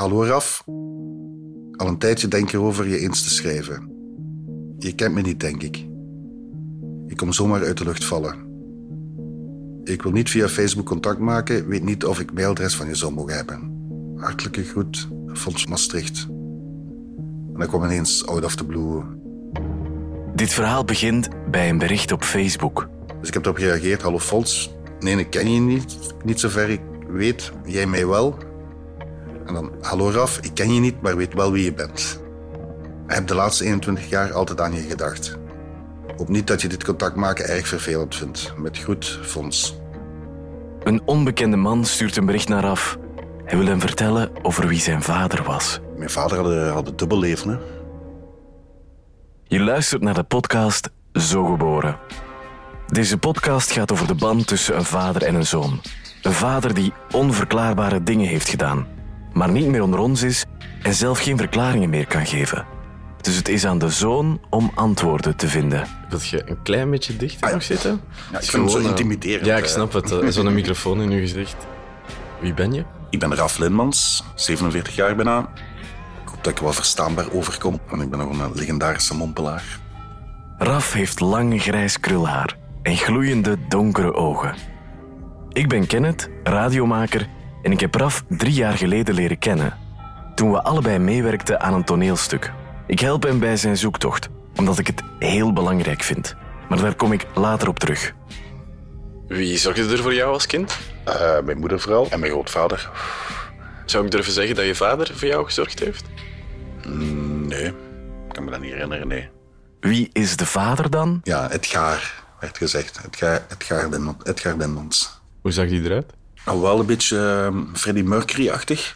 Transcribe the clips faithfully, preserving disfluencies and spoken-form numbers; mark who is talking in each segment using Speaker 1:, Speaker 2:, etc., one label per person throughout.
Speaker 1: Hallo Raf. Al een tijdje denk erover je eens te schrijven. Je kent me niet, denk ik. Ik kom zomaar uit de lucht vallen. Ik wil niet via Facebook contact maken, weet niet of ik mailadres van je zou mogen hebben. Hartelijke groet, Fons Maastricht. En dat kwam ineens out of the blue.
Speaker 2: Dit verhaal begint bij een bericht op Facebook.
Speaker 1: Dus ik heb erop gereageerd. Hallo Fons. Nee, ik ken je niet. Niet zover ik weet. Jij mij wel. En dan, hallo Raf. Ik ken je niet, maar weet wel wie je bent. Ik heb de laatste eenentwintig jaar altijd aan je gedacht. Hoop niet dat je dit contact maken erg vervelend vindt. Met groet, Fons.
Speaker 2: Een onbekende man stuurt een bericht naar Raf. Hij wil hem vertellen over wie zijn vader was.
Speaker 1: Mijn vader had, had een dubbel leven, hè.
Speaker 2: Je luistert naar de podcast Zo Geboren. Deze podcast gaat over de band tussen een vader en een zoon. Een vader die onverklaarbare dingen heeft gedaan, maar niet meer onder ons is en zelf geen verklaringen meer kan geven. Dus het is aan de zoon om antwoorden te vinden.
Speaker 3: Wil je een klein beetje dichter
Speaker 1: Ah,
Speaker 3: nog zitten?
Speaker 1: Ja, ik vind het zo intimiderend.
Speaker 3: Ja, ik snap het. Zo'n microfoon in je gezicht. Wie ben je?
Speaker 1: Ik ben Raf Lindmans, zevenenveertig jaar bijna. Ik hoop dat ik wel verstaanbaar overkom, want ik ben nog een legendarische mompelaar.
Speaker 2: Raf heeft lang grijs krulhaar en gloeiende donkere ogen. Ik ben Kenneth, radiomaker, en ik heb Raf drie jaar geleden leren kennen. Toen we allebei meewerkten aan een toneelstuk. Ik help hem bij zijn zoektocht, omdat ik het heel belangrijk vind. Maar daar kom ik later op terug.
Speaker 3: Wie zorgde er voor jou als kind?
Speaker 1: Uh, mijn moeder vooral en mijn grootvader.
Speaker 3: Zou ik durven zeggen dat je vader voor jou gezorgd heeft?
Speaker 1: Mm, nee, ik kan me dat niet herinneren, nee.
Speaker 2: Wie is de vader dan?
Speaker 1: Ja, Edgar, werd gezegd. Edgar, Edgar, Lindmans, Edgar Lindmans.
Speaker 3: Hoe zag die eruit?
Speaker 1: Oh, wel een beetje uh, Freddie Mercury-achtig.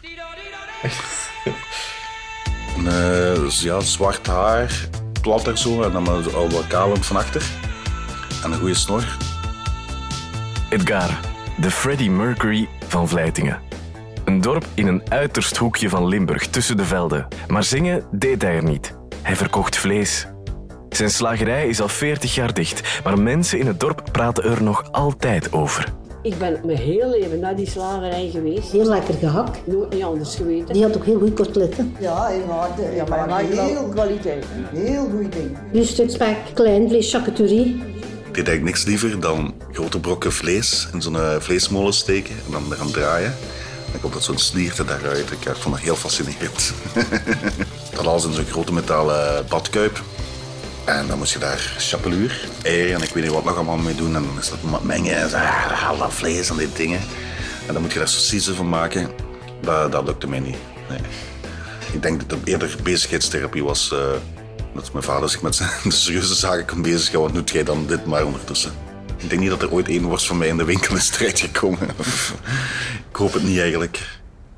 Speaker 1: en, uh, dus ja, zwart haar, plat er zo, en dan al wat kalend van achter. En een goede snor.
Speaker 2: Edgar, de Freddie Mercury van Vleitingen. Een dorp in een uiterst hoekje van Limburg, tussen de velden. Maar zingen deed hij er niet. Hij verkocht vlees. Zijn slagerij is al veertig jaar dicht, maar mensen in het dorp praten er nog altijd over.
Speaker 4: Ik ben mijn hele leven naar die slagerij geweest.
Speaker 5: Heel lekker gehakt.
Speaker 4: Nooit niet anders geweten.
Speaker 5: Die had ook heel goed koteletten.
Speaker 6: Ja, hij maakte, hij
Speaker 4: Ja, maar hij maakt
Speaker 6: maakte
Speaker 4: wel
Speaker 6: heel,
Speaker 4: kwaliteit.
Speaker 6: heel goed ding.
Speaker 5: Dus stuk spek, klein vlees, charcuterie.
Speaker 1: Ik deed eigenlijk niks liever dan grote brokken vlees in zo'n uh, vleesmolen steken en dan eraan draaien. Dan komt dat zo'n slierte daaruit. Ik vond dat heel fascinerend. Dat alles in zo'n grote metalen badkuip. En dan moest je daar chapeluur, eieren en ik weet niet wat nog allemaal mee doen. En dan is dat mengen en zo, ah, haal dat vlees en die dingen. En dan moet je daar saucissen van maken. Dat, dat lukte mij niet. Nee. Ik denk dat het eerder bezigheidstherapie was. Uh, dat mijn vader zich met zijn de serieuze zaken kon bezighouden. Wat doet jij dan dit maar ondertussen? Ik denk niet dat er ooit één worst van mij in de winkel is terechtgekomen. Ik hoop het niet eigenlijk.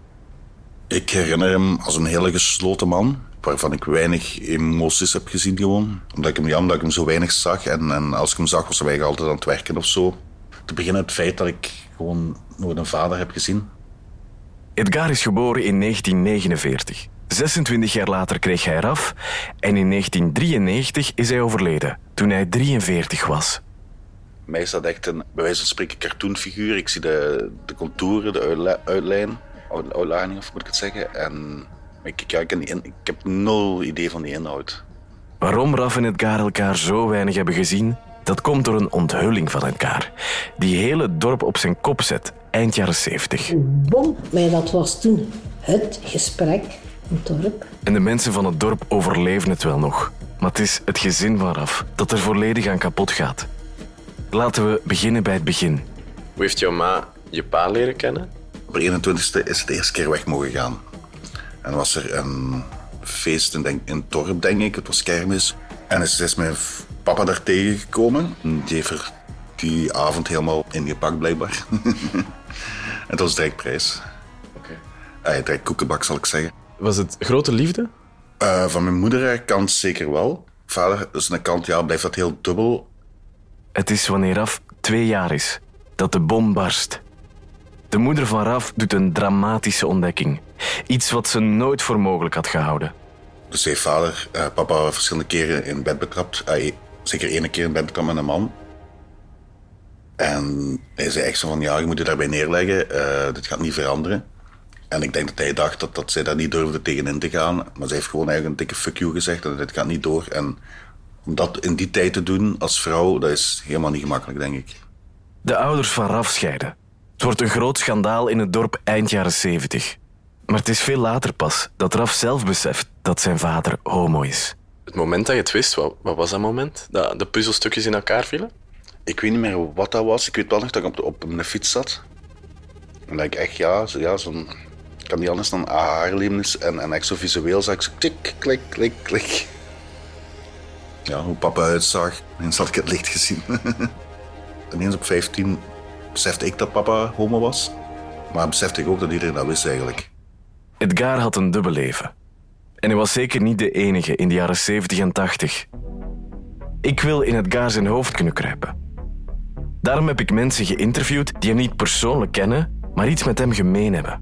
Speaker 1: Ik herinner hem als een hele gesloten man, waarvan ik weinig emoties heb gezien gewoon. Omdat ik hem, ja, omdat ik hem zo weinig zag. En, en als ik hem zag, was hij eigenlijk altijd aan het werken of zo. Te beginnen het feit dat ik gewoon nooit een vader heb gezien.
Speaker 2: Edgar is geboren in negentien negenenveertig. zesentwintig jaar later kreeg hij Raf en in negentien drieënnegentig is hij overleden, toen hij drieënveertig was.
Speaker 1: Mij is dat echt een, bij wijze van spreken, cartoonfiguur. Ik zie de, de contouren, de uitla- uitlijn, uitlaning, of moet ik het zeggen. En ik, ja, ik, ik heb nul idee van die inhoud.
Speaker 2: Waarom Raf en Edgar elkaar zo weinig hebben gezien, dat komt door een onthulling van Edgar, die heel het dorp op zijn kop zet, eind jaren zeventig.
Speaker 5: Bom, maar dat was toen het gesprek in het dorp.
Speaker 2: En de mensen van het dorp overleven het wel nog. Maar het is het gezin van Raf dat er volledig aan kapot gaat. Laten we beginnen bij het begin.
Speaker 3: Hoe heeft jouw ma je pa leren kennen?
Speaker 1: Op de eenentwintigste is het de eerste keer weg mogen gaan. En was er een feest in, denk, in het dorp, denk ik. Het was kermis. En is, is mijn papa daar tegengekomen. Die heeft er die avond helemaal ingepakt, blijkbaar. En het was direct prijs.
Speaker 3: Okay.
Speaker 1: Uh, direct koekenbak, zal ik zeggen.
Speaker 3: Was het grote liefde?
Speaker 1: Uh, van mijn moeder kant zeker wel. Vader, dus een kant, ja, blijft dat heel dubbel.
Speaker 2: Het is wanneer Raf twee jaar is dat de bom barst. De moeder van Raf doet een dramatische ontdekking. Iets wat ze nooit voor mogelijk had gehouden.
Speaker 1: Dus heeft vader, uh, papa verschillende keren in bed betrapt. Uh, zeker één keer in bed betrapt met een man. En hij zei echt zo van, ja, je moet je daarbij neerleggen. Uh, dit gaat niet veranderen. En ik denk dat hij dacht dat, dat zij daar niet durfde tegenin te gaan. Maar zij heeft gewoon eigenlijk een dikke fuck you gezegd en dit gaat niet door. En om dat in die tijd te doen als vrouw, dat is helemaal niet gemakkelijk, denk ik.
Speaker 2: De ouders van Raf scheiden. Het wordt een groot schandaal in het dorp eind jaren zeventig. Maar het is veel later pas dat Raf zelf beseft dat zijn vader homo is.
Speaker 3: Het moment dat je het wist, wat, wat was dat moment? Dat de puzzelstukjes in elkaar vielen?
Speaker 1: Ik weet niet meer wat dat was. Ik weet wel nog dat ik op, de, op een fiets zat. En dat ik echt, ja, zo, ja zo'n... Ik kan niet anders dan aha-erlevenis. En, en echt zo visueel zag ik zo klik, klik, klik, klik. Ja, hoe papa uitzag. Ineens had ik het licht gezien. Ineens op vijftien besefte ik dat papa homo was. Maar besefte ik ook dat iedereen dat wist eigenlijk.
Speaker 2: Edgar had een dubbel leven. En hij was zeker niet de enige in de jaren zeventig en tachtig. Ik wil in Edgar zijn hoofd kunnen kruipen. Daarom heb ik mensen geïnterviewd die hem niet persoonlijk kennen, maar iets met hem gemeen hebben.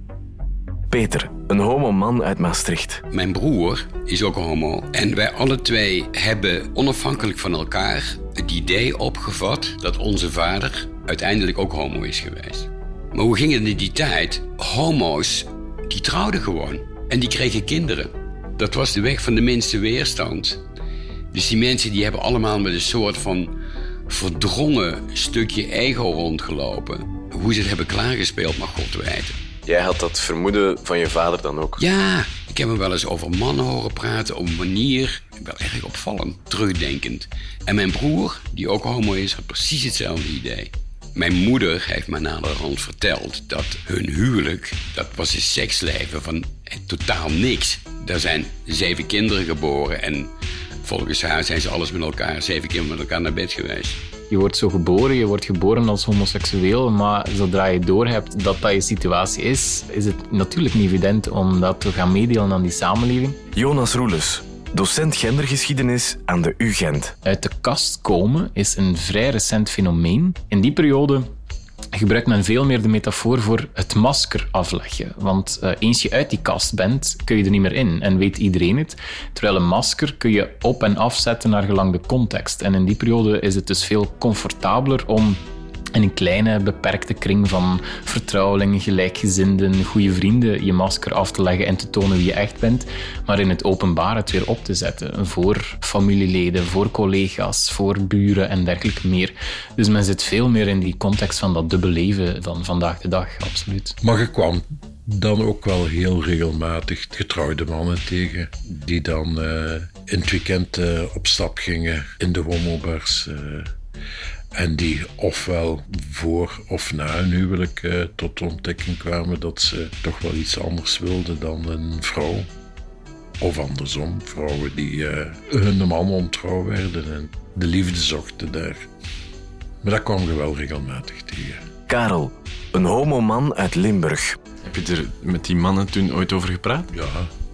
Speaker 2: Peter, een homo-man uit Maastricht.
Speaker 7: Mijn broer is ook homo. En wij alle twee hebben onafhankelijk van elkaar het idee opgevat dat onze vader uiteindelijk ook homo is geweest. Maar hoe ging het in die tijd? Homo's, die trouwden gewoon. En die kregen kinderen. Dat was de weg van de minste weerstand. Dus die mensen die hebben allemaal met een soort van verdrongen stukje ego rondgelopen. Hoe ze het hebben klaargespeeld mag God weten.
Speaker 3: Jij had dat vermoeden van je vader dan ook?
Speaker 7: Ja, ik heb hem wel eens over mannen horen praten op een manier, wel erg opvallend, terugdenkend. En mijn broer, die ook homo is, had precies hetzelfde idee. Mijn moeder heeft me naderhand verteld dat hun huwelijk, dat was een seksleven van totaal niks. Er zijn zeven kinderen geboren en volgens haar zijn ze alles met elkaar, zeven keer met elkaar naar bed geweest.
Speaker 8: Je wordt zo geboren, je wordt geboren als homoseksueel, maar zodra je doorhebt dat dat je situatie is, is het natuurlijk niet evident om dat te gaan meedelen aan die samenleving.
Speaker 2: Jonas Roeles, docent gendergeschiedenis aan de U Gent.
Speaker 8: Uit de kast komen is een vrij recent fenomeen. In die periode gebruikt men veel meer de metafoor voor het masker afleggen. Want uh, eens je uit die kast bent, kun je er niet meer in en weet iedereen het. Terwijl een masker kun je op- en afzetten naar gelang de context. En in die periode is het dus veel comfortabeler om in een kleine, beperkte kring van vertrouwelingen, gelijkgezinden, goede vrienden je masker af te leggen en te tonen wie je echt bent, maar in het openbaar het weer op te zetten. Voor familieleden, voor collega's, voor buren en dergelijke meer. Dus men zit veel meer in die context van dat dubbele leven van vandaag de dag, absoluut.
Speaker 9: Maar je kwam dan ook wel heel regelmatig getrouwde mannen tegen, die dan uh, in het weekend uh, op stap gingen in de homobars. Uh, En die ofwel voor of na hun huwelijk uh, tot de ontdekking kwamen dat ze toch wel iets anders wilden dan een vrouw. Of andersom, vrouwen die uh, hun man ontrouw werden en de liefde zochten daar. Maar dat kwam je wel regelmatig tegen.
Speaker 2: Karel, een homoman uit Limburg.
Speaker 3: Heb je er met die mannen toen ooit over gepraat?
Speaker 9: Ja,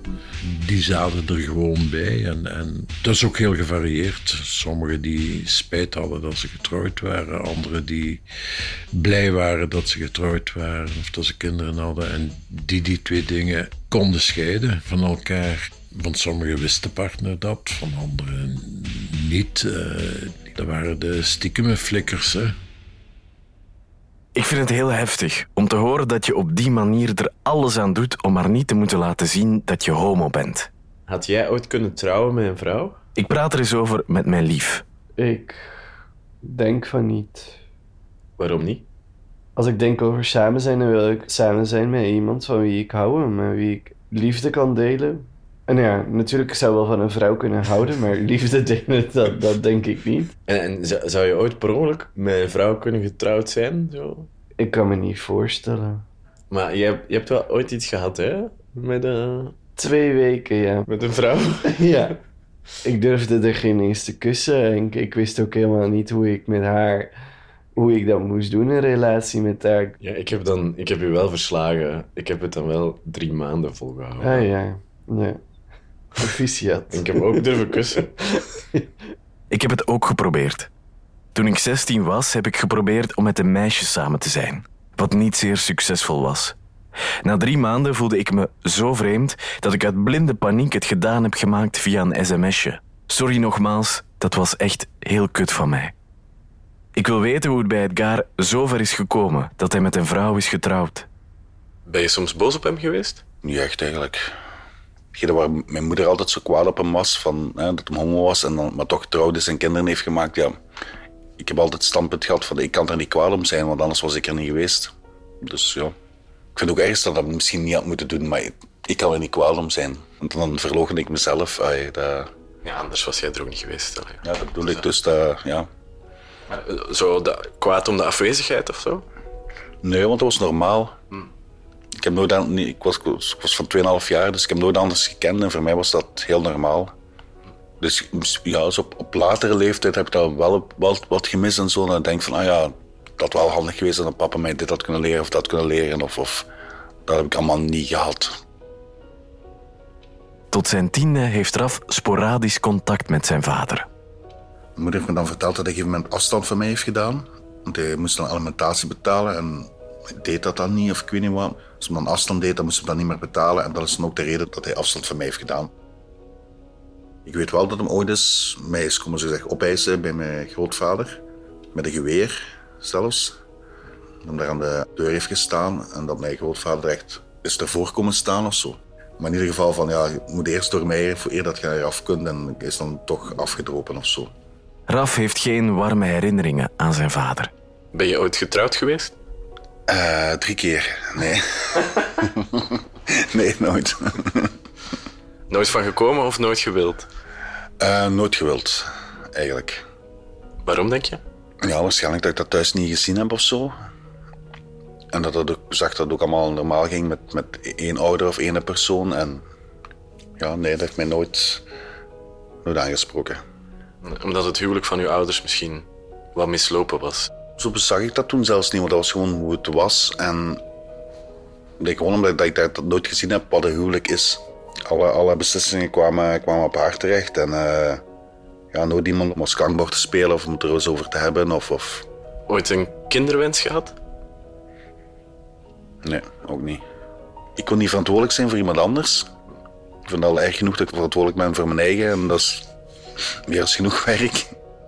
Speaker 9: die zaten er gewoon bij. En, en dat is ook heel gevarieerd. Sommigen die spijt hadden dat ze getrouwd waren. Anderen die blij waren dat ze getrouwd waren of dat ze kinderen hadden. En die die twee dingen konden scheiden van elkaar. Van sommigen wist de partner dat, van anderen niet. Uh, dat waren de stiekeme flikkers, hè.
Speaker 2: Ik vind het heel heftig om te horen dat je op die manier er alles aan doet om maar niet te moeten laten zien dat je homo bent.
Speaker 3: Had jij ooit kunnen trouwen met een vrouw?
Speaker 2: Ik praat er eens over met mijn lief.
Speaker 10: Ik denk van niet.
Speaker 3: Waarom niet?
Speaker 10: Als ik denk over samen zijn, dan wil ik samen zijn met iemand van wie ik hou en met wie ik liefde kan delen. En ja, natuurlijk ik zou wel van een vrouw kunnen houden, maar liefde delen, dat, dat denk ik niet.
Speaker 3: En, en zou je ooit per ongeluk met een vrouw kunnen getrouwd zijn? Zo?
Speaker 10: Ik kan me niet voorstellen.
Speaker 3: Maar je hebt, je hebt wel ooit iets gehad, hè? Met, uh...
Speaker 10: Twee weken, ja.
Speaker 3: Met een vrouw?
Speaker 10: Ja. Ik durfde er geen eens te kussen en ik, ik wist ook helemaal niet hoe ik met haar... hoe ik dat moest doen, een relatie met haar.
Speaker 3: Ja, ik heb, dan, ik heb u wel verslagen. Ik heb het dan wel drie maanden volgehouden.
Speaker 10: Ah ja, ja. Proficiat.
Speaker 3: En ik heb ook durven kussen.
Speaker 2: Ik heb het ook geprobeerd. Toen ik zestien was, heb ik geprobeerd om met een meisje samen te zijn. Wat niet zeer succesvol was. Na drie maanden voelde ik me zo vreemd dat ik uit blinde paniek het gedaan heb gemaakt via een sms'je. Sorry nogmaals, dat was echt heel kut van mij. Ik wil weten hoe het bij Edgar zo ver is gekomen dat hij met een vrouw is getrouwd.
Speaker 11: Ben je soms boos op hem geweest?
Speaker 1: Niet echt eigenlijk. Hetgene waar mijn moeder altijd zo kwaad op hem was, van, hè, dat hij homo was, en dan, maar toch getrouwd is en kinderen heeft gemaakt. Ja. Ik heb altijd het standpunt gehad van ik kan er niet kwaad om zijn, want anders was ik er niet geweest. Dus ja, ik vind ook ergens dat dat misschien niet had moeten doen, maar ik, ik kan er niet kwaad om zijn. Want dan verloochen ik mezelf. Ay, dat...
Speaker 11: Ja, anders was jij er ook niet geweest. Allee.
Speaker 1: Ja, dat bedoel ik. Dus dat, ja.
Speaker 11: Zo de, kwaad om de afwezigheid of zo?
Speaker 1: Nee, want dat was normaal.
Speaker 11: Hm.
Speaker 1: Ik, heb nooit aan, nee, ik, was, ik was van tweeënhalf jaar, dus ik heb nooit anders gekend. En voor mij was dat heel normaal. Dus ja, dus op, op latere leeftijd heb ik dat wel, wel wat gemist en zo. En dan denk ik van, ah ja, dat was wel handig geweest dat papa mij dit had kunnen leren of dat kunnen leren. Of, of dat heb ik allemaal niet gehad.
Speaker 2: Tot zijn tiende heeft Raf sporadisch contact met zijn vader.
Speaker 1: Mijn moeder heeft me dan verteld dat hij op een gegeven moment afstand van mij heeft gedaan. Want hij moest dan alimentatie betalen en ik deed dat dan niet of ik weet niet wat. Als hij dan afstand deed, dan moest hij dat niet meer betalen. En dat is dan ook de reden dat hij afstand van mij heeft gedaan. Ik weet wel dat hem ooit eens mij is komen zo zeggen, opeisen bij mijn grootvader. Met een geweer zelfs. Dat hij daar aan de deur heeft gestaan en dat mijn grootvader echt is ervoor komen staan of zo. Maar in ieder geval van, ja, je moet eerst door mij, voor eer dat je eraf kunt, en is dan toch afgedropen of zo.
Speaker 2: Raf heeft geen warme herinneringen aan zijn vader.
Speaker 11: Ben je ooit getrouwd geweest?
Speaker 1: Uh, drie keer, nee. Nee, nooit.
Speaker 11: Nooit van gekomen of nooit gewild?
Speaker 1: Uh, nooit gewild, eigenlijk.
Speaker 11: Waarom, denk je?
Speaker 1: Ja, waarschijnlijk dat ik dat thuis niet gezien heb of zo. En dat het ook, zag dat het ook allemaal normaal ging met, met één ouder of één persoon. En ja, nee, dat heeft mij nooit, nooit aangesproken.
Speaker 11: Omdat het huwelijk van uw ouders misschien wat mislopen was?
Speaker 1: Zo bezag ik dat toen zelfs niet, want dat was gewoon hoe het was. En nee, gewoon omdat ik dat nooit gezien heb wat een huwelijk is. Alle, alle beslissingen kwamen, kwamen op haar terecht. En uh, ja, nooit iemand om als klankbord te spelen of om het er eens over te hebben. Of, of...
Speaker 11: Ooit een kinderwens gehad?
Speaker 1: Nee, ook niet. Ik kon niet verantwoordelijk zijn voor iemand anders. Ik vind het al erg genoeg dat ik verantwoordelijk ben voor mijn eigen. En dat is meer dan genoeg werk.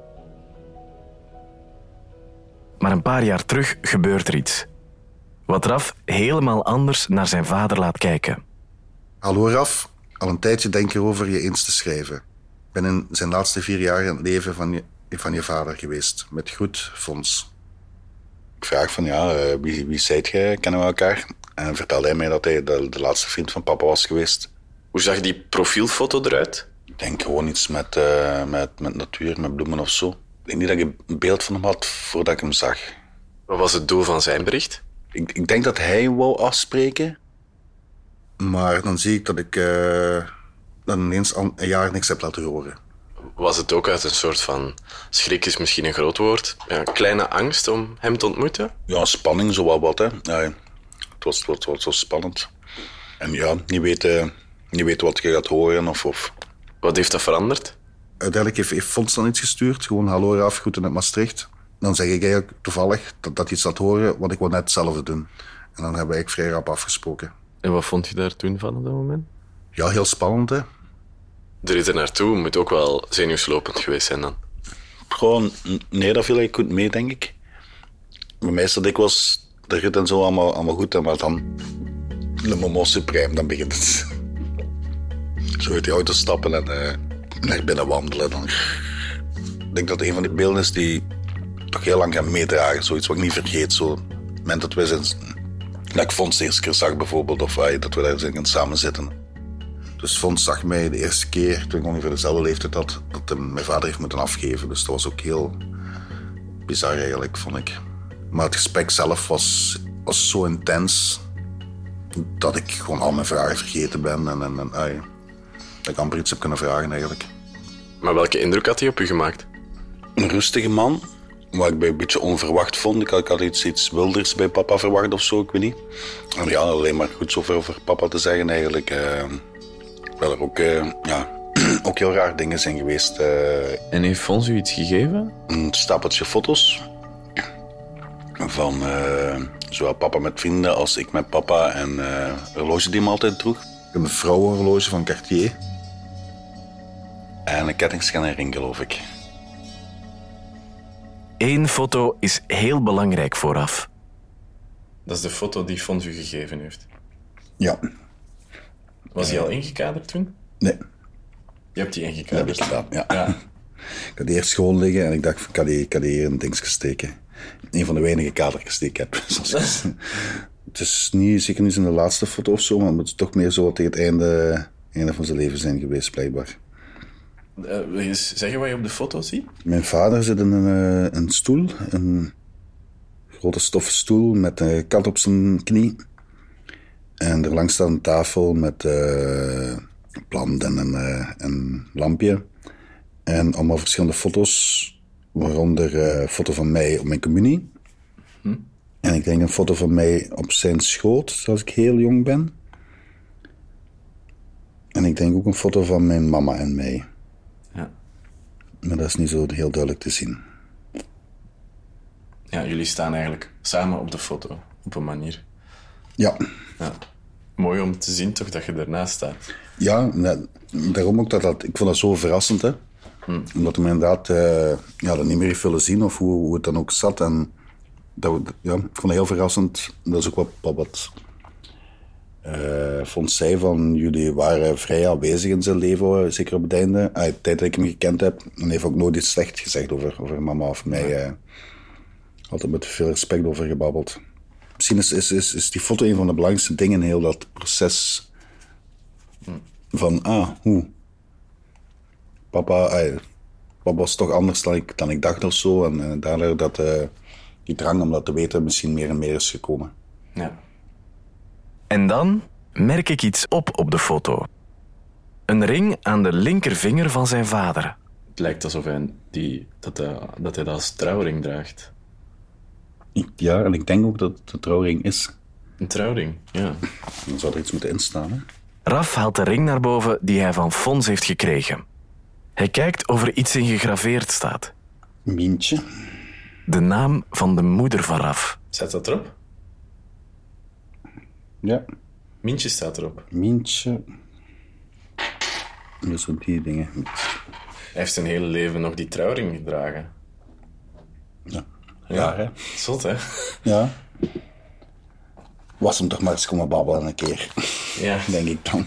Speaker 2: Maar een paar jaar terug gebeurt er iets. Wat Raf helemaal anders naar zijn vader laat kijken.
Speaker 1: Hallo Raf, al een tijdje denk je erover je eens te schrijven. Ik ben in zijn laatste vier jaar in het leven van je, van je vader geweest. Met groet, Fons. Ik vraag van, ja, wie, wie zijt jij? Kennen we elkaar? En vertelde hij mij dat hij de, de laatste vriend van papa was geweest.
Speaker 11: Hoe zag die profielfoto eruit?
Speaker 1: Ik denk gewoon iets met, uh, met, met natuur, met bloemen of zo. Ik denk niet dat ik een beeld van hem had voordat ik hem zag.
Speaker 11: Wat was het doel van zijn bericht?
Speaker 1: Ik, ik denk dat hij wou afspreken. Maar dan zie ik dat ik uh, dan ineens een jaar niks heb laten horen.
Speaker 11: Was het ook uit een soort van schrik is misschien een groot woord. Ja, een kleine angst om hem te ontmoeten?
Speaker 1: Ja, spanning, zo wel wat. Hè. Ja, het, was, het, was, het was zo spannend. En ja, niet weten, niet weten wat je gaat horen. Of, of...
Speaker 11: Wat heeft dat veranderd?
Speaker 1: Uiteindelijk heeft, heeft Fons dan iets gestuurd. Gewoon hallo Raf, groeten uit Maastricht. Dan zeg ik eigenlijk toevallig dat, dat hij iets laat horen, want ik wil net hetzelfde doen. En dan hebben we eigenlijk vrij rap afgesproken.
Speaker 11: En wat vond je daar toen van op dat moment?
Speaker 1: Ja, heel spannend, hè.
Speaker 11: De rit er naartoe moet ook wel zenuwslopend geweest zijn dan?
Speaker 1: Gewoon, nee, dat viel eigenlijk goed mee, denk ik. Bij mij is dat dikwijls de rit en zo allemaal, allemaal goed, maar dan le moment suprême, dan begint het. Zo uit die auto stappen en uh, naar binnen wandelen. Dan. Ik denk dat het een van die beelden is die toch heel lang gaan meedragen. Zoiets wat ik niet vergeet. Zo, het moment dat we zijn, dat ik Fons de eerste keer zag bijvoorbeeld, of uh, dat we daar zijn samen zitten. Dus Fons zag mij de eerste keer, toen ik ongeveer dezelfde leeftijd had, dat hem mijn vader heeft moeten afgeven. Dus dat was ook heel bizar eigenlijk, vond ik. Maar het gesprek zelf was, was zo intens dat ik gewoon al mijn vragen vergeten ben. En, en, en ay, dat ik amper iets heb kunnen vragen eigenlijk.
Speaker 11: Maar welke indruk had hij op u gemaakt?
Speaker 1: Een rustige man, wat ik bij een beetje onverwacht vond. Ik had, ik had iets, iets wilders bij papa verwacht of zo, ik weet niet. En ja, alleen maar goed zoveel over papa te zeggen eigenlijk. Uh, wel er ook, uh, ja, ook heel raar dingen zijn geweest. Uh,
Speaker 3: en heeft Fons u iets gegeven?
Speaker 1: Een stapeltje foto's. Van uh, zowel papa met vrienden als ik met papa. En uh, een horloge die hem altijd droeg. Een vrouwenhorloge van Cartier. En een kettingschenering, geloof ik.
Speaker 2: Eén foto is heel belangrijk vooraf.
Speaker 3: Dat is de foto die Fons u gegeven heeft.
Speaker 1: Ja.
Speaker 3: Was die al ingekaderd toen?
Speaker 1: Nee.
Speaker 3: Je hebt die
Speaker 1: Dat
Speaker 3: ingekaderd?
Speaker 1: heb ik gedaan, ja.
Speaker 3: Ja.
Speaker 1: Ik had die eerst gewoon liggen en ik dacht, ik kan die, ik kan die hier een dingetje steken. Een van de weinige kadertjes die ik heb. Het is niet, zeker niet zijn de laatste foto of zo, maar het moet toch meer zo tegen het einde, einde van zijn leven zijn geweest, blijkbaar.
Speaker 3: Uh, wil je eens zeggen wat je op de foto ziet?
Speaker 1: Mijn vader zit in een, een stoel, een grote stoffen stoel met een kat op zijn knie. En er langs staat een tafel met uh, een plant en een, uh, een lampje. En allemaal verschillende foto's, waaronder uh, een foto van mij op mijn communie. Hm? En ik denk een foto van mij op zijn schoot, als ik heel jong ben. En ik denk ook een foto van mijn mama en mij.
Speaker 3: Ja.
Speaker 1: Maar dat is niet zo heel duidelijk te zien.
Speaker 3: Ja, jullie staan eigenlijk samen op de foto, op een manier.
Speaker 1: Ja.
Speaker 3: Ja. Mooi om te zien toch dat je ernaast staat.
Speaker 1: Ja, nee, daarom ook dat, dat... Ik vond dat zo verrassend, hè. Hm. Omdat we inderdaad uh, ja, dat niet meer heeft willen zien of hoe, hoe het dan ook zat. En dat we, ja, ik vond het heel verrassend. Dat is ook wat, wat, wat uh, Fons zei van... Jullie waren vrij aanwezig in zijn leven, zeker op het einde. Uh, de tijd dat ik hem gekend heb. En hij heeft ook nooit iets slecht gezegd over, over mama of mij. Uh, altijd met veel respect over gebabbeld. Misschien is, is, is, is die foto een van de belangrijkste dingen in heel dat proces. Van, ah, hoe... Papa, ay, papa was toch anders dan ik, dan ik dacht of zo. En, en daardoor dat uh, die drang om dat te weten misschien meer en meer is gekomen.
Speaker 3: Ja.
Speaker 2: En dan merk ik iets op op de foto. Een ring aan de linkervinger van zijn vader.
Speaker 3: Het lijkt alsof hij, die, dat, uh, dat hij dat als trouwring draagt.
Speaker 1: Ik, ja, en ik denk ook dat het een trouwring is.
Speaker 3: Een trouwring, ja.
Speaker 1: Dan zou er iets moeten instaan, hè?
Speaker 2: Raf haalt de ring naar boven die hij van Fons heeft gekregen. Hij kijkt of er iets in gegraveerd staat.
Speaker 1: Mientje.
Speaker 2: De naam van de moeder van Raf.
Speaker 3: Staat dat erop?
Speaker 1: Ja.
Speaker 3: Mientje staat erop.
Speaker 1: Mientje. Dus op die dingen.
Speaker 3: Hij heeft zijn hele leven nog die trouwring gedragen.
Speaker 1: Ja.
Speaker 3: Ja,
Speaker 1: ja hè?
Speaker 3: Zot, hè?
Speaker 1: Ja. Was hem toch maar eens komen babbelen een keer.
Speaker 3: Ja.
Speaker 1: Denk ik dan.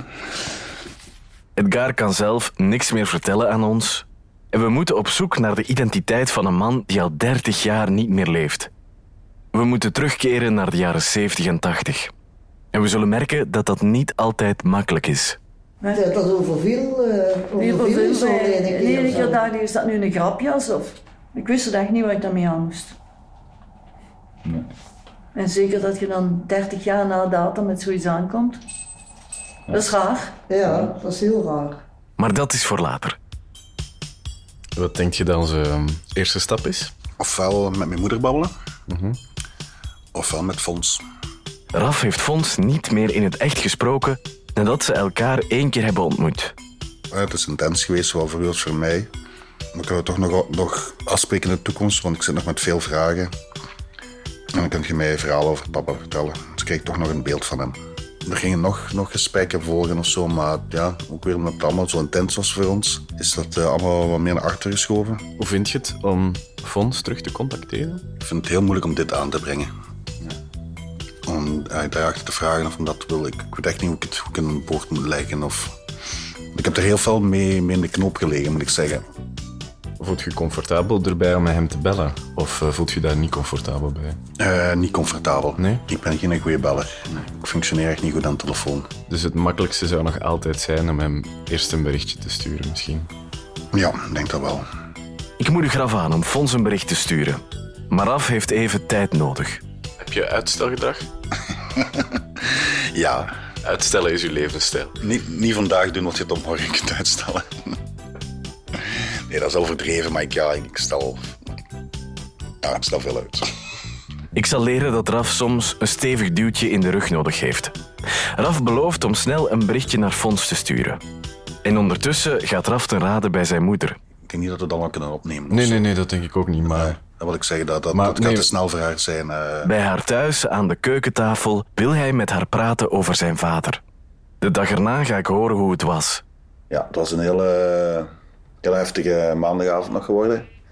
Speaker 2: Edgar kan zelf niks meer vertellen aan ons. En we moeten op zoek naar de identiteit van een man die al dertig jaar niet meer leeft. We moeten terugkeren naar de jaren zeventig en tachtig. En we zullen merken dat dat niet altijd makkelijk is.
Speaker 6: Dat is over veel, uh, over veel zo
Speaker 12: Nee,
Speaker 6: ene keer.
Speaker 12: nee, ik dacht, is dat nu een grapjas? Of... Ik wist echt niet wat ik daarmee aan moest.
Speaker 1: Nee.
Speaker 12: En zeker dat je dan dertig jaar na datum met zoiets aankomt. Ja. Dat is raar.
Speaker 6: Ja, dat is heel raar.
Speaker 2: Maar dat is voor later.
Speaker 3: Wat denk je dat onze um, eerste stap is?
Speaker 1: Ofwel met mijn moeder babbelen,
Speaker 3: mm-hmm.
Speaker 1: ofwel met Fons.
Speaker 2: Raf heeft Fons niet meer in het echt gesproken nadat ze elkaar één keer hebben ontmoet.
Speaker 1: Ja, het is intens geweest, zowel voor u als voor mij. We kunnen toch nog, nog afspreken in de toekomst, want ik zit nog met veel vragen. En dan kun je mij verhalen over papa vertellen. Dus krijg ik toch nog een beeld van hem. Er gingen nog, nog gesprekken volgen of zo, maar ja, ook weer omdat het allemaal zo intens was voor ons, is dat uh, allemaal wat meer naar achter geschoven.
Speaker 3: Hoe vind je het om Fons terug te contacteren?
Speaker 1: Ik vind het heel moeilijk om dit aan te brengen. Ja. Om uh, daarachter te vragen of dat wil. Ik, ik weet echt niet hoe ik het hoe ik in een woord moet leggen. Of... Ik heb er heel veel mee, mee in de knoop gelegen, moet ik zeggen.
Speaker 3: Voelt je comfortabel erbij om met hem te bellen? Of uh, voelt je daar niet comfortabel bij?
Speaker 1: Uh, niet comfortabel.
Speaker 3: Nee?
Speaker 1: Ik ben geen goede beller. Nee. Ik functioneer echt niet goed aan de telefoon.
Speaker 3: Dus het makkelijkste zou nog altijd zijn om hem eerst een berichtje te sturen misschien?
Speaker 1: Ja, ik denk dat wel.
Speaker 2: Ik moedig Raf aan om Fons een bericht te sturen. Maar Raf heeft even tijd nodig.
Speaker 3: Heb je uitstelgedrag?
Speaker 1: Ja.
Speaker 3: Uitstellen is uw levensstijl.
Speaker 1: Niet, niet vandaag doen wat je tot morgen kunt uitstellen. Nee, dat is overdreven, maar ik, ja, ik stel... Ja, ik stel veel uit.
Speaker 2: Ik zal leren dat Raf soms een stevig duwtje in de rug nodig heeft. Raf belooft om snel een berichtje naar Fons te sturen. En ondertussen gaat Raf ten rade bij zijn moeder.
Speaker 1: Ik denk niet dat we dat al kunnen opnemen.
Speaker 3: Nee, nee, nee, dat denk ik ook niet, maar...
Speaker 1: Nee, dat wil ik zeggen, dat, dat,
Speaker 3: maar,
Speaker 1: dat
Speaker 3: nee.
Speaker 1: gaat te snel voor haar zijn. Uh...
Speaker 2: Bij haar thuis, aan de keukentafel, wil hij met haar praten over zijn vader. De dag erna ga ik horen hoe het was.
Speaker 1: Ja, het was een hele, hele heftige maandagavond nog geworden.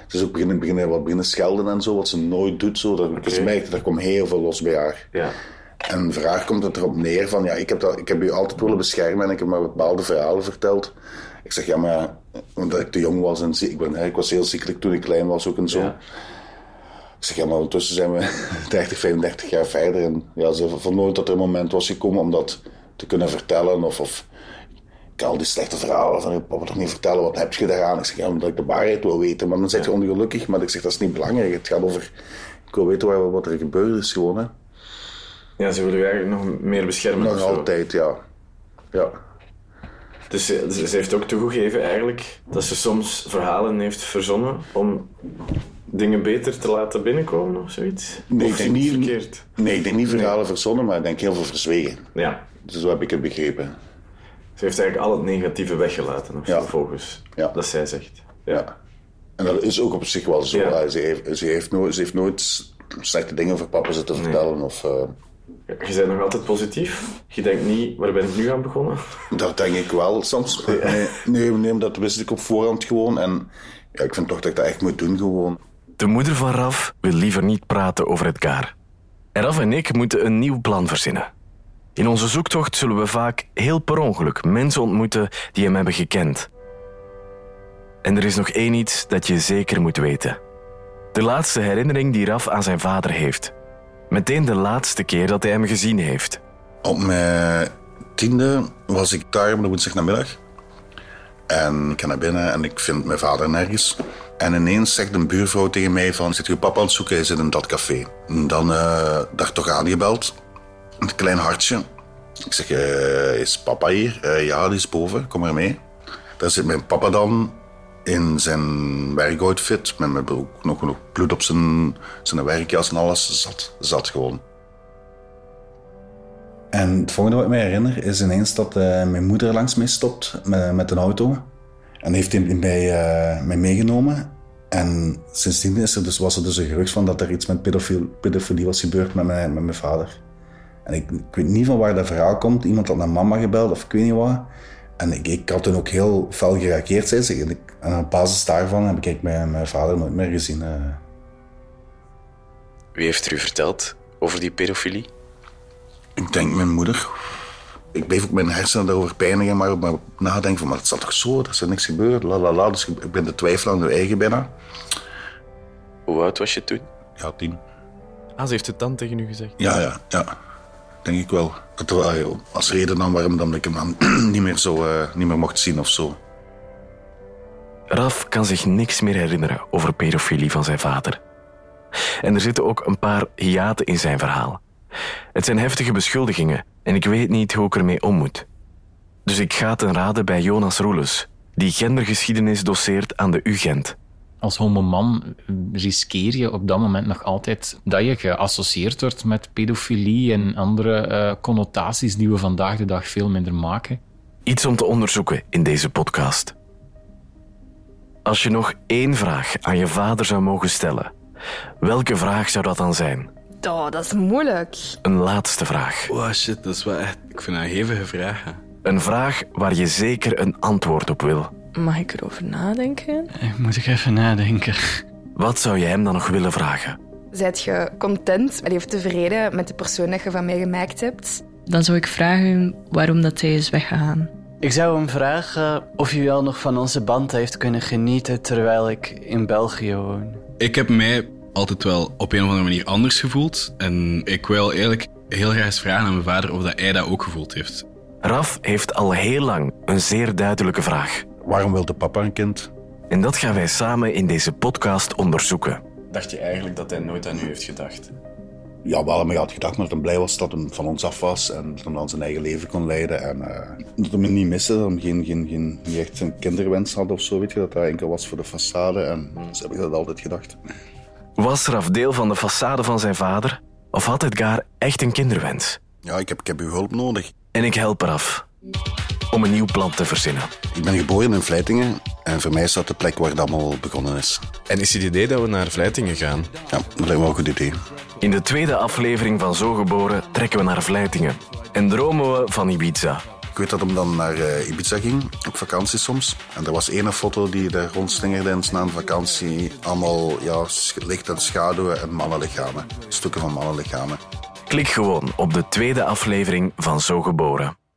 Speaker 1: Ze is ook beginnen, beginnen, wat beginnen schelden en zo, wat ze nooit doet. Zo. Dat, okay. Dus merkte, er komt heel veel los bij haar.
Speaker 2: Ja.
Speaker 1: En voor haar komt het erop neer van, ja, ik heb, dat, ik heb u altijd willen beschermen en ik heb maar bepaalde verhalen verteld. Ik zeg, ja, maar omdat ik te jong was en ziek, ik, ben, ik was heel ziekelijk toen ik klein was ook en zo. Ja. Ik zeg, ja, maar ondertussen zijn we dertig, vijfendertig jaar verder. En ja, ze vond nooit dat er een moment was gekomen om dat te kunnen vertellen. Of, of ik al die slechte verhalen van, papa, toch niet vertellen, wat heb je daaraan? Ik zeg, ja, omdat ik de waarheid wil weten. Maar dan zit je ongelukkig. Maar ik zeg, dat is niet belangrijk. Het gaat over, ik wil weten waar, wat er gebeurd is gewoon, hè.
Speaker 2: Ja, ze willen u eigenlijk nog meer beschermen.
Speaker 1: Nog altijd, ja. Ja.
Speaker 2: Dus ze, ze heeft ook toegegeven eigenlijk dat ze soms verhalen heeft verzonnen om dingen beter te laten binnenkomen of zoiets?
Speaker 1: Nee,
Speaker 2: of
Speaker 1: ik denk niet,
Speaker 2: verkeerd?
Speaker 1: Nee, ik denk niet verhalen nee. verzonnen, maar ik denk heel veel verzwegen.
Speaker 2: Ja.
Speaker 1: Dus zo heb ik het begrepen.
Speaker 2: Ze heeft eigenlijk al het negatieve weggelaten, of
Speaker 1: ja.
Speaker 2: zo, volgens
Speaker 1: ja.
Speaker 2: dat zij zegt. Ja.
Speaker 1: ja. En dat is ook op zich wel zo.
Speaker 2: Ja.
Speaker 1: Ze, heeft, ze, heeft nooit, ze heeft nooit slechte dingen over papa zitten nee. vertellen. Of, uh...
Speaker 2: Je bent nog altijd positief. Je denkt niet, waar ben ik nu aan begonnen?
Speaker 1: Dat denk ik wel soms. Nee, nee, nee, dat wist ik op voorhand gewoon. En ja, ik vind toch dat ik dat echt moet doen gewoon.
Speaker 2: De moeder van Raf wil liever niet praten over Edgar. En Raf en ik moeten een nieuw plan verzinnen. In onze zoektocht zullen we vaak heel per ongeluk mensen ontmoeten die hem hebben gekend. En er is nog één iets dat je zeker moet weten. De laatste herinnering die Raf aan zijn vader heeft. Meteen de laatste keer dat hij hem gezien heeft.
Speaker 1: Op mijn tiende was ik daar op de woensdagnamiddag. En ik ga naar binnen en ik vind mijn vader nergens. En ineens zegt een buurvrouw tegen mij van, zit je papa aan het zoeken? Hij zit in dat café. En dan uh, daar toch aangebeld. Een klein hartje. Ik zeg, uh, is papa hier? Uh, ja, die is boven, kom maar mee. Daar zit mijn papa dan in zijn werkoutfit. Met, met ook nog, nog bloed op zijn, zijn werkjas en alles. Zat, zat gewoon. En het volgende wat ik me herinner is ineens dat uh, mijn moeder langs mij stopt met, met een auto. En heeft hij mij, uh, mij meegenomen. En sindsdien is er dus, was er dus een gerucht van dat er iets met pedofiel, pedofilie was gebeurd met mijn, met mijn vader. En ik, ik weet niet van waar dat verhaal komt. Iemand had naar mama gebeld of ik weet niet wat. En ik, ik had toen ook heel fel gereageerd, zei ze. En, ik, en op basis daarvan heb ik mijn, mijn vader nooit meer gezien. Uh.
Speaker 11: Wie heeft er u verteld over die pedofilie?
Speaker 1: Ik denk mijn moeder. Ik bleef ook mijn hersenen daarover pijnigen, maar, maar nadenken van, maar het zal toch zo, er is er niks gebeurd, la la la. Dus ik ben te twijfelen aan mijn eigen bijna.
Speaker 11: Hoe oud was je toen?
Speaker 1: Ja, tien.
Speaker 2: Ah, ze heeft het dan tegen u gezegd?
Speaker 1: Ja, ja, ja. Denk ik wel. Dat er, als reden dan waarom dan ik hem dan niet meer, zo, uh, niet meer mocht zien of zo.
Speaker 2: Raf kan zich niks meer herinneren over pedofilie van zijn vader. En er zitten ook een paar hiaten in zijn verhaal. Het zijn heftige beschuldigingen en ik weet niet hoe ik ermee om moet. Dus ik ga ten rade bij Jonas Roeles, die gendergeschiedenis doseert aan de U Gent.
Speaker 8: Als homoman riskeer je op dat moment nog altijd dat je geassocieerd wordt met pedofilie en andere uh, connotaties die we vandaag de dag veel minder maken.
Speaker 2: Iets om te onderzoeken in deze podcast. Als je nog één vraag aan je vader zou mogen stellen, welke vraag zou dat dan zijn?
Speaker 13: Oh, dat is moeilijk.
Speaker 2: Een laatste vraag.
Speaker 14: Wow, shit, dat is wel echt... Ik vind dat een hevige vraag. Hè.
Speaker 2: Een vraag waar je zeker een antwoord op wil.
Speaker 13: Mag ik erover nadenken?
Speaker 8: Ik moet ik even nadenken.
Speaker 2: Wat zou je hem dan nog willen vragen?
Speaker 13: Zijt je content of tevreden met de persoon dat je van mij gemaakt hebt?
Speaker 15: Dan zou ik vragen waarom dat hij is weggegaan.
Speaker 16: Ik zou hem vragen of hij wel nog van onze band heeft kunnen genieten terwijl ik in België woon.
Speaker 14: Ik heb mij altijd wel op een of andere manier anders gevoeld. En ik wil eigenlijk heel graag eens vragen aan mijn vader of dat hij dat ook gevoeld heeft.
Speaker 2: Raf heeft al heel lang een zeer duidelijke vraag.
Speaker 1: Waarom wilde papa een kind?
Speaker 2: En dat gaan wij samen in deze podcast onderzoeken.
Speaker 3: Dacht je eigenlijk dat hij nooit aan u heeft gedacht?
Speaker 1: Ja, wel, maar hij had gedacht dat hij blij was dat hij van ons af was en dat hij dan zijn eigen leven kon leiden. En uh, dat hij me niet miste, dat hij geen, geen, geen, niet echt een kinderwens had of zo, weet je, dat hij enkel was voor de façade. En zo heb ik dat altijd gedacht.
Speaker 2: Was Raf deel van de façade van zijn vader? Of had Edgar echt een kinderwens?
Speaker 1: Ja, ik heb, ik heb uw hulp nodig.
Speaker 2: En ik help Raf om een nieuw plan te verzinnen.
Speaker 1: Ik ben geboren in Vlijtingen en voor mij is dat de plek waar het allemaal begonnen is.
Speaker 3: En is het idee dat we naar Vlijtingen gaan?
Speaker 1: Ja, dat lijkt me wel een goed idee.
Speaker 2: In de tweede aflevering van Zo Geboren trekken we naar Vlijtingen en dromen we van Ibiza.
Speaker 1: Ik weet dat hem dan naar uh, Ibiza ging, op vakantie soms. En er was één foto die daar rondslingerde in zijn vakantie. Allemaal ja, licht en schaduwen en mannenlichamen. Stukken van mannenlichamen.
Speaker 2: Klik gewoon op de tweede aflevering van Zo Geboren.